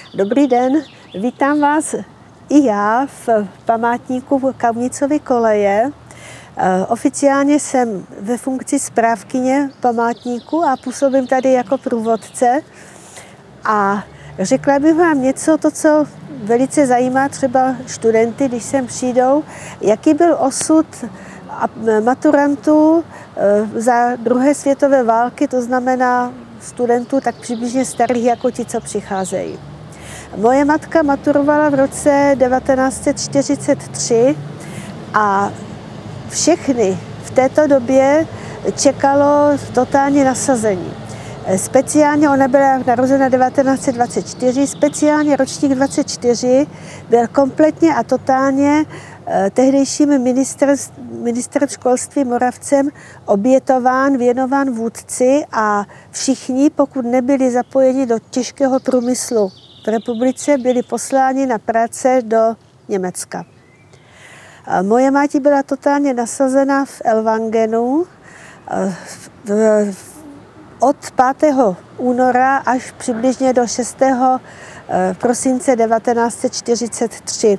Dobrý den, vítám vás i já v památníku Kamnicovy koleje. Oficiálně jsem ve funkci správkyně památníku a působím tady jako průvodce. A řekla bych vám něco, co velice zajímá třeba studenty, když sem přijdou, jaký byl osud maturantů za druhé světové války, to znamená studentů tak přibližně starých jako ti, co přicházejí. Moje matka maturovala v roce 1943 a všechny v této době čekalo totální nasazení. Speciálně ona byla narozena 1924, speciálně ročník 24 byl kompletně a totálně tehdejším ministrem školství Moravcem obětován, věnován vůdci a všichni, pokud nebyli zapojeni do těžkého průmyslu v republice, byli posláni na práce do Německa. Moje máti byla totálně nasazena v Ellwangenu od 5. února až přibližně do 6. prosince 1943.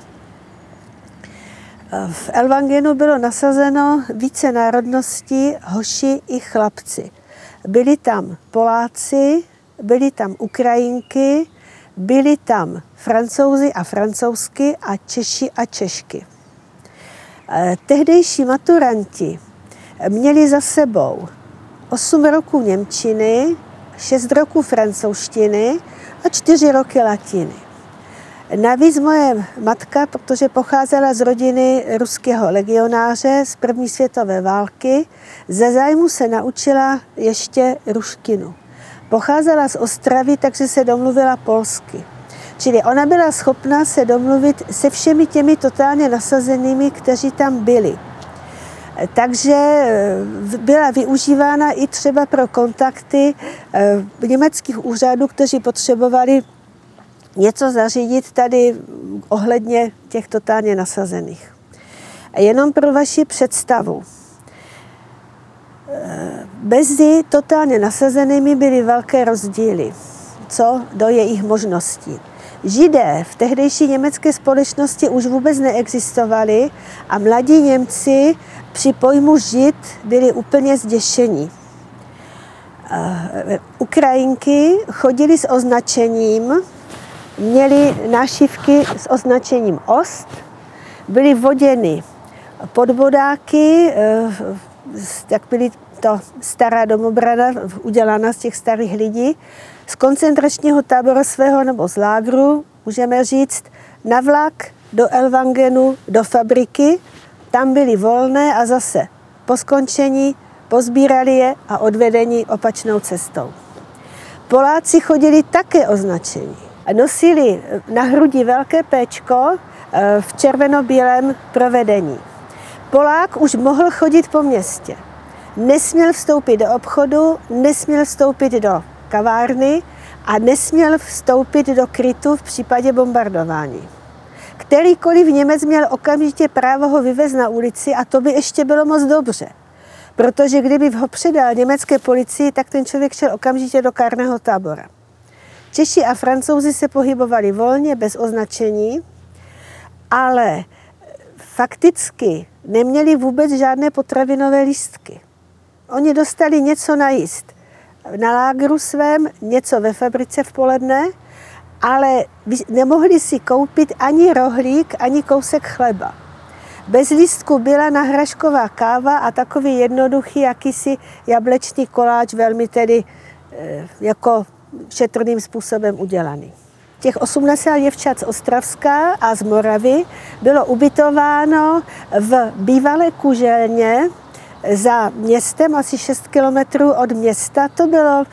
V Ellwangenu bylo nasazeno více národností, hoši i chlapci. Byli tam Poláci, byli tam Ukrajinky, byli tam Francouzi a Francouzsky a Češi a Češky. Tehdejší maturanti měli za sebou 8 roků němčiny, 6 roků francouzštiny a 4 roky latiny. Navíc moje matka, protože pocházela z rodiny ruského legionáře z první světové války, ze zájmu se naučila ještě ruštinu. Pocházela z Ostravy, takže se domluvila polsky. Čili ona byla schopna se domluvit se všemi těmi totálně nasazenými, kteří tam byli. Takže byla využívána i třeba pro kontakty německých úřadů, kteří potřebovali něco zařídit tady ohledně těch totálně nasazených. A jenom pro vaši představu. Mezi totálně nasazenými byly velké rozdíly, co do jejich možností. Židé v tehdejší německé společnosti už vůbec neexistovali a mladí Němci při pojmu žid byli úplně zděšení. Ukrajinky chodily s označením, měly nášivky s označením Ost, byly voděny podbodáky, jak byly to stará domobrana udělána z těch starých lidí, z koncentračního tábora svého nebo z lágru, můžeme říct, na vlak do Ellwangenu, do fabriky, tam byly volné a zase po skončení pozbírali je a odvedení opačnou cestou. Poláci chodili také označení a nosili na hrudi velké péčko v červeno-bílém provedení. Polák už mohl chodit po městě. Nesměl vstoupit do obchodu, nesměl vstoupit do kavárny a nesměl vstoupit do krytu v případě bombardování. Kterýkoliv Němec měl okamžitě právo ho vyvést na ulici a to by ještě bylo moc dobře. Protože kdyby ho předal německé policii, tak ten člověk šel okamžitě do kárného tábora. Češi a Francouzi se pohybovali volně, bez označení, ale fakticky neměli vůbec žádné potravinové lístky. Oni dostali něco najíst na lágru svém, něco ve fabrice v poledne, ale nemohli si koupit ani rohlík, ani kousek chleba. Bez lístku byla nahražková káva a takový jednoduchý jakýsi jablečný koláč, velmi tedy jako šetrným způsobem udělaný. Těch 80 děvčat z Ostravska a z Moravy bylo ubytováno v bývalé kuželně za městem, asi 6 kilometrů od města. To bylo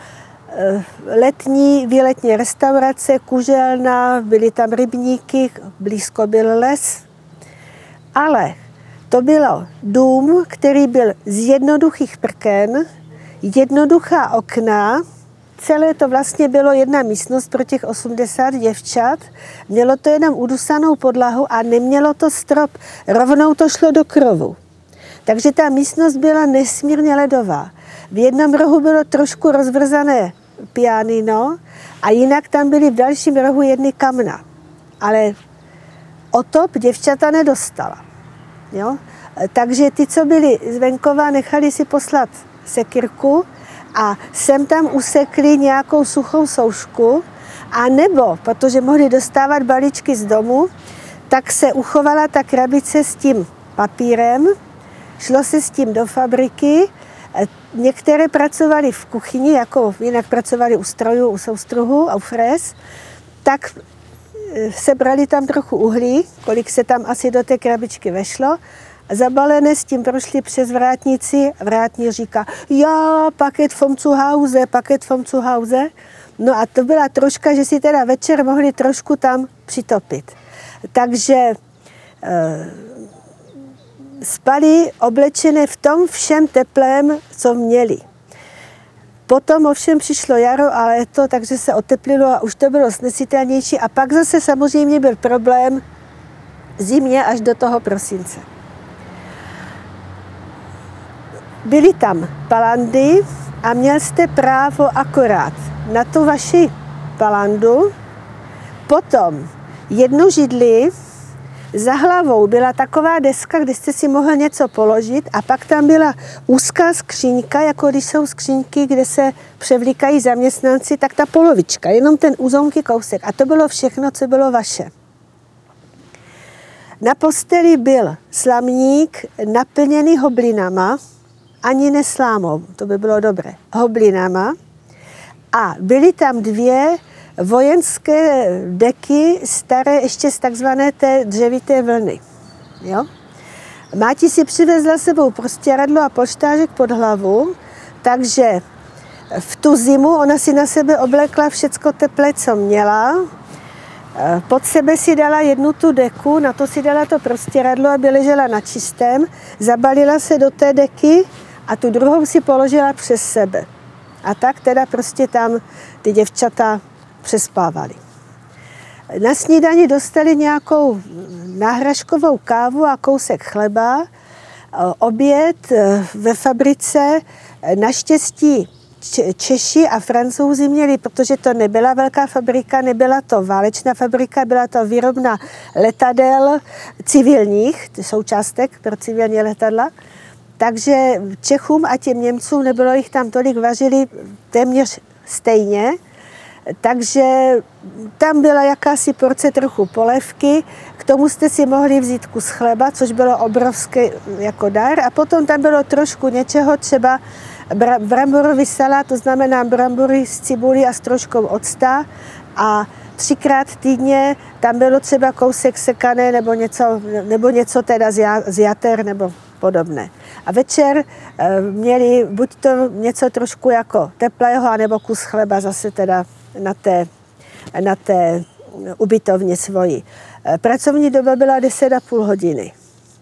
výletní restaurace, kuželna, byly tam rybníky, blízko byl les. Ale to bylo dům, který byl z jednoduchých prken, jednoduchá okna, celé to vlastně bylo jedna místnost pro těch 80 děvčat, mělo to jenom udusanou podlahu a nemělo to strop, rovnou to šlo do krovu. Takže ta místnost byla nesmírně ledová. V jednom rohu bylo trošku rozvrzané pianino A jinak tam byly v dalším rohu jedny kamna. Ale otop děvčata nedostala. Jo? Takže ty, co byli z venkova, nechali si poslat sekyrku a sem tam usekli nějakou suchou soušku, a nebo, protože mohli dostávat balíčky z domu, tak se uchovala ta krabice s tím papírem, šlo se s tím do fabriky, některé pracovali v kuchyni, jako jinak pracovali u strojů, u soustruhu a u fréz, tak sebrali tam trochu uhlí, kolik se tam asi do té krabičky vešlo, zabalené s tím prošli přes vrátnici a vrátník říká, ja, Paket vom Zuhause. No a to byla troška, že si teda večer mohli trošku tam přitopit. Takže spali oblečené v tom všem teplém, co měli. Potom ovšem přišlo jaro a léto, takže se oteplilo a už to bylo snesitelnější. A pak zase samozřejmě byl problém zimě až do toho prosince. Byly tam palandy a měl jste právo akorát na tu vaši palandu. Potom jednu židli, za hlavou byla taková deska, kde jste si mohl něco položit a pak tam byla úzká skříňka, jako když jsou skříňky, kde se převlíkají zaměstnanci, tak ta polovička, jenom ten úzomký kousek. A to bylo všechno, co bylo vaše. Na posteli byl slamník naplněný hoblinama, ani ne slámou, to by bylo dobré, hoblinama. A byly tam dvě vojenské deky, staré ještě z takzvané té dřevité vlny. Jo? Máti si přivezla sebou prostěradlo a polštářek pod hlavu, takže v tu zimu ona si na sebe oblekla všecko teplé, co měla. Pod sebe si dala jednu tu deku, na to si dala to prostěradlo, aby ležela na čistém, zabalila se do té deky a tu druhou si položila přes sebe. A tak teda prostě tam ty děvčata přespávali. Na snídani dostali nějakou náhražkovou kávu a kousek chleba. Oběd ve fabrice naštěstí Češi a Francouzi měli, protože to nebyla velká fabrika, nebyla to válečná fabrika, byla to výrobna letadel civilních, součástek pro civilní letadla. Takže Čechům a těm Němcům nebylo jich tam tolik, vařili téměř stejně. Takže tam byla jakási porce trochu polévky, k tomu jste si mohli vzít kus chleba, což bylo obrovský jako dar. A potom tam bylo trošku něčeho, třeba bramborový salát, to znamená brambory s cibulí a s troškou octa. A 3krát týdně tam bylo třeba kousek sekané nebo něco teda z jater nebo podobné. A večer měli buď to něco trošku jako teplého, anebo kus chleba zase teda na té ubytovně svoji. Pracovní doba byla 10,5 hodiny.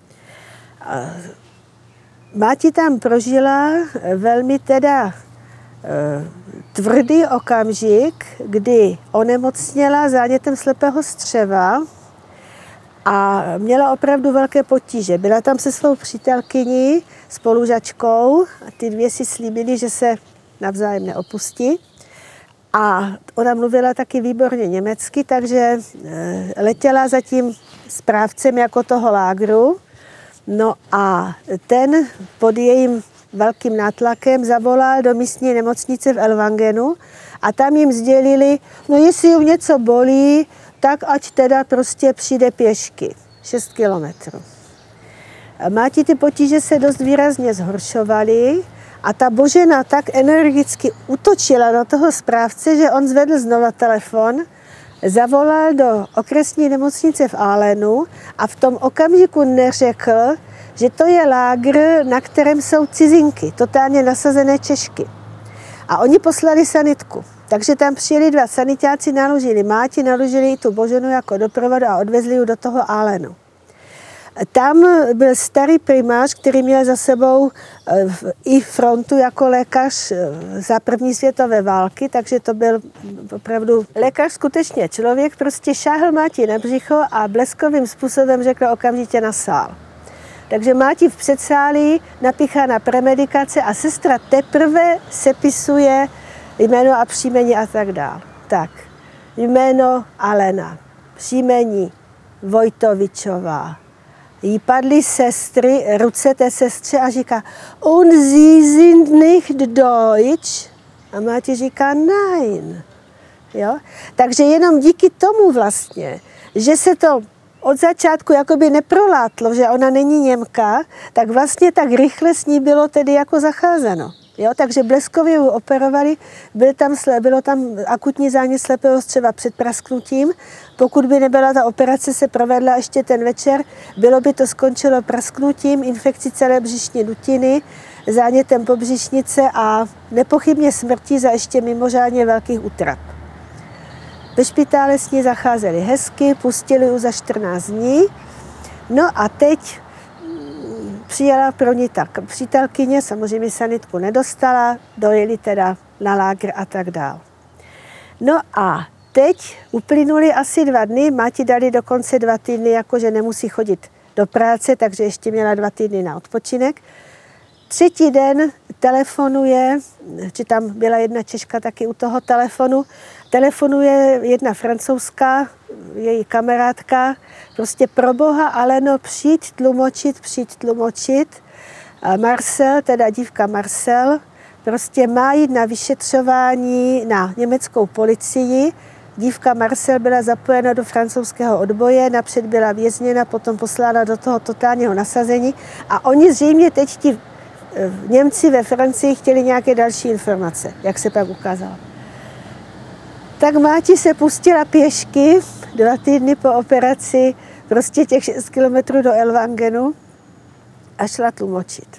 Máti tam prožila velmi teda tvrdý okamžik, kdy onemocněla zánětem slepého střeva a měla opravdu velké potíže. Byla tam se svou přítelkyní, spolužačkou, a ty dvě si slíbili, že se navzájem neopustí. A ona mluvila taky výborně německy, takže letěla za tím správcem jako toho lágru. No a ten pod jejím velkým nátlakem zavolal do místní nemocnice v Ellwangenu a tam jim sdělili, no jestli ju něco bolí, tak ať teda prostě přijde pěšky, 6 kilometrů. Máti ty potíže se dost výrazně zhoršovaly a ta Božena tak energicky útočila na toho správce, že on zvedl znova telefon, zavolal do okresní nemocnice v Ahlenu a v tom okamžiku neřekl, že to je lágr, na kterém jsou cizinky, totálně nasazené Češky. A oni poslali sanitku. Takže tam přijeli 2 sanitáci, naložili Máti, naložili i tu Boženu jako doprovod a odvezli ji do toho Ahlenu. Tam byl starý primář, který měl za sebou i frontu jako lékař za první světové války, takže to byl opravdu lékař skutečně. Člověk prostě šáhl Máti na břicho a bleskovým způsobem řekl okamžitě na sál. Takže Máti v předsálí napíchá na premedikace a sestra teprve sepisuje jméno a příjmení a tak dál. Tak, jméno Alena, příjmení Vojtovičová. Jí padly sestry, ruce té sestře a říká und Sie sind nicht Deutsch? A Máti říká nein. Jo? Takže jenom díky tomu vlastně, že se to od začátku jakoby neprolátlo, že ona není Němka, tak vlastně tak rychle s ní bylo tedy jako zacházeno. Jo? Takže bleskově ji operovali, bylo tam akutní zánět slepého střeva před prasknutím. Pokud by nebyla ta operace se provedla ještě ten večer, bylo by to skončilo prasknutím, infekcí celé břišní dutiny, zánětem pobřišnice a nepochybně smrtí za ještě mimořádně velkých útrap. Ve špitále s ní zacházeli hezky, pustili ji za 14 dní. No a teď přijela pro ní tak přítelkyně, samozřejmě sanitku nedostala, dojeli teda na lágr a tak dál. No a teď uplynuli asi 2 dny, Máti dali dokonce 2 týdny, jakože nemusí chodit do práce, takže ještě měla 2 týdny na odpočinek. 3. den telefonuje, či tam byla jedna Češka taky u toho telefonu, telefonuje jedna francouzská, její kamarádka, prostě pro boha, Aleno, přijď tlumočit. A Marcel, teda dívka Marcel, prostě má jít na vyšetřování na německou policii. Dívka Marcel byla zapojena do francouzského odboje, napřed byla vězněna, potom poslána do toho totálního nasazení a oni zřejmě teď ti Němci ve Francii chtěli nějaké další informace, jak se pak ukázalo. Tak Máti se pustila pěšky 2 týdny po operaci, prostě těch 6 kilometrů do Elwangenu a šla tlumočit.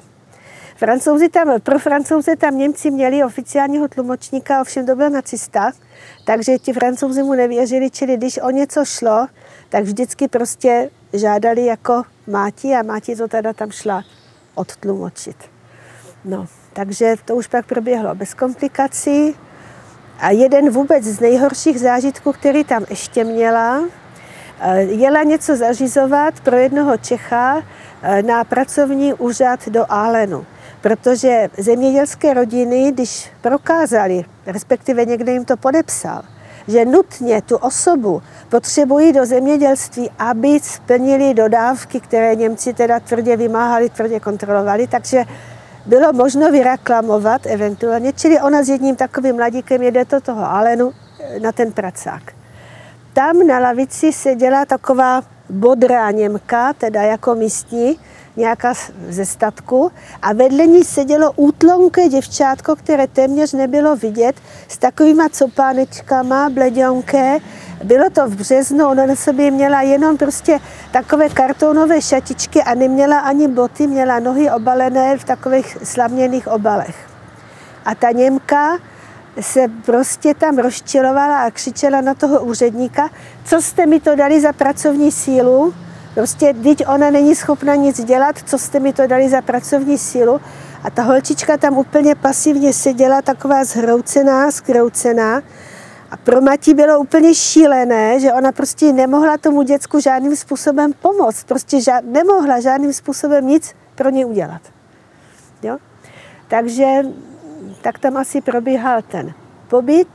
Pro Francouze tam Němci měli oficiálního tlumočníka, ovšem to byl nacista, takže ti Francouzi mu nevěřili, čili když o něco šlo, tak vždycky prostě žádali jako Máti a Máti to teda tam šla odtlumočit. No, takže to už pak proběhlo bez komplikací. A jeden vůbec z nejhorších zážitků, který tam ještě měla, jela něco zařizovat pro jednoho Čecha na pracovní úřad do Ahlenu. Protože zemědělské rodiny, když prokázali, respektive někdo jim to podepsal, že nutně tu osobu potřebují do zemědělství, aby splnili dodávky, které Němci teda tvrdě vymáhali, tvrdě kontrolovali, takže bylo možno vyreklamovat eventuálně, čili ona s jedním takovým mladíkem jede do toho Ahlenu na ten pracák. Tam na lavici seděla taková bodrá Němka, teda jako místní, nějaká ze statku, a vedle ní sedělo útlonké děvčátko, které téměř nebylo vidět, s takovýma copánečkama, bleděnké. Bylo to v březnu, ona na sobě měla jenom prostě takové kartonové šatičky a neměla ani boty, měla nohy obalené v takových slavněných obalech. A ta Němka se prostě tam rozčilovala a křičela na toho úředníka, co jste mi to dali za pracovní sílu, prostě teď ona není schopna nic dělat, co jste mi to dali za pracovní sílu. A ta holčička tam úplně pasivně seděla, taková zkroucená. A pro Mati bylo úplně šílené, že ona prostě nemohla tomu děcku žádným způsobem pomoct. Prostě nemohla žádným způsobem nic pro ně udělat. Jo? Takže tak tam asi probíhal ten pobyt.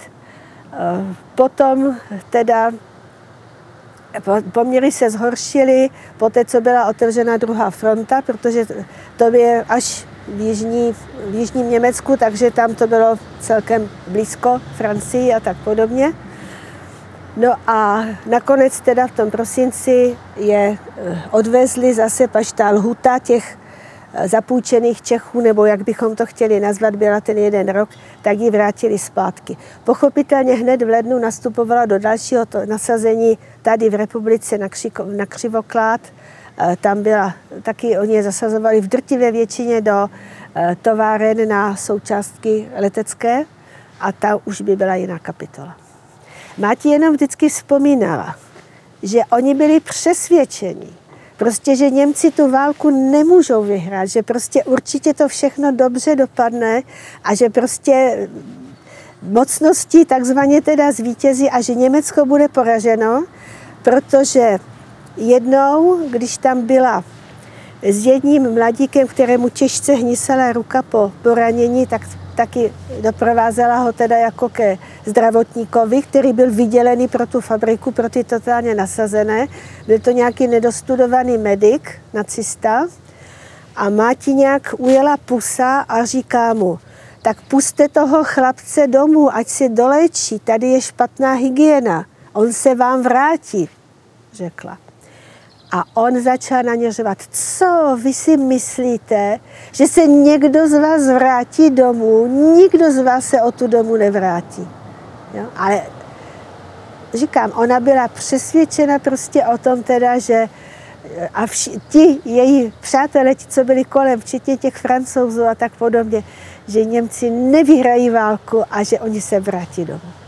Potom teda poměry se zhoršily poté, co byla otevřena druhá fronta, protože to je až v jižním Německu, takže tam to bylo celkem blízko Francii a tak podobně. No a nakonec teda v tom prosinci je odvezli zase ta lhuta těch zapůjčených Čechů, nebo jak bychom to chtěli nazvat, byla ten 1 rok, tak ji vrátili zpátky. Pochopitelně hned v lednu nastupovala do dalšího nasazení tady v republice na Křivoklád. Tam byla, taky oni je zasazovali v drtivé většině do továren na součástky letecké a ta už by byla jiná kapitola. Máti jenom vždycky vzpomínala, že oni byli přesvědčeni, prostě, že Němci tu válku nemůžou vyhrát, že prostě určitě to všechno dobře dopadne a že prostě mocnosti takzvaně teda zvítězí a že Německo bude poraženo, protože jednou, když tam byla s jedním mladíkem, kterému těžce hnisala ruka po poranění, tak taky doprovázela ho teda jako ke zdravotníkovi, který byl vydělený pro tu fabriku, pro ty totálně nasazené. Byl to nějaký nedostudovaný medik, nacista. A Mátiňák ujela pusa a říká mu, tak pusťte toho chlapce domů, ať se doléčí, tady je špatná hygiena, on se vám vrátí, řekla. A on začal na ně řvat, co vy si myslíte, že se někdo z vás vrátí domů, nikdo z vás se o tu domu nevrátí. Jo? Ale říkám, ona byla přesvědčena prostě o tom teda, že a ti její přátelé, ti, co byli kolem, včetně těch Francouzů a tak podobně, že Němci nevyhrají válku a že oni se vrátí domů.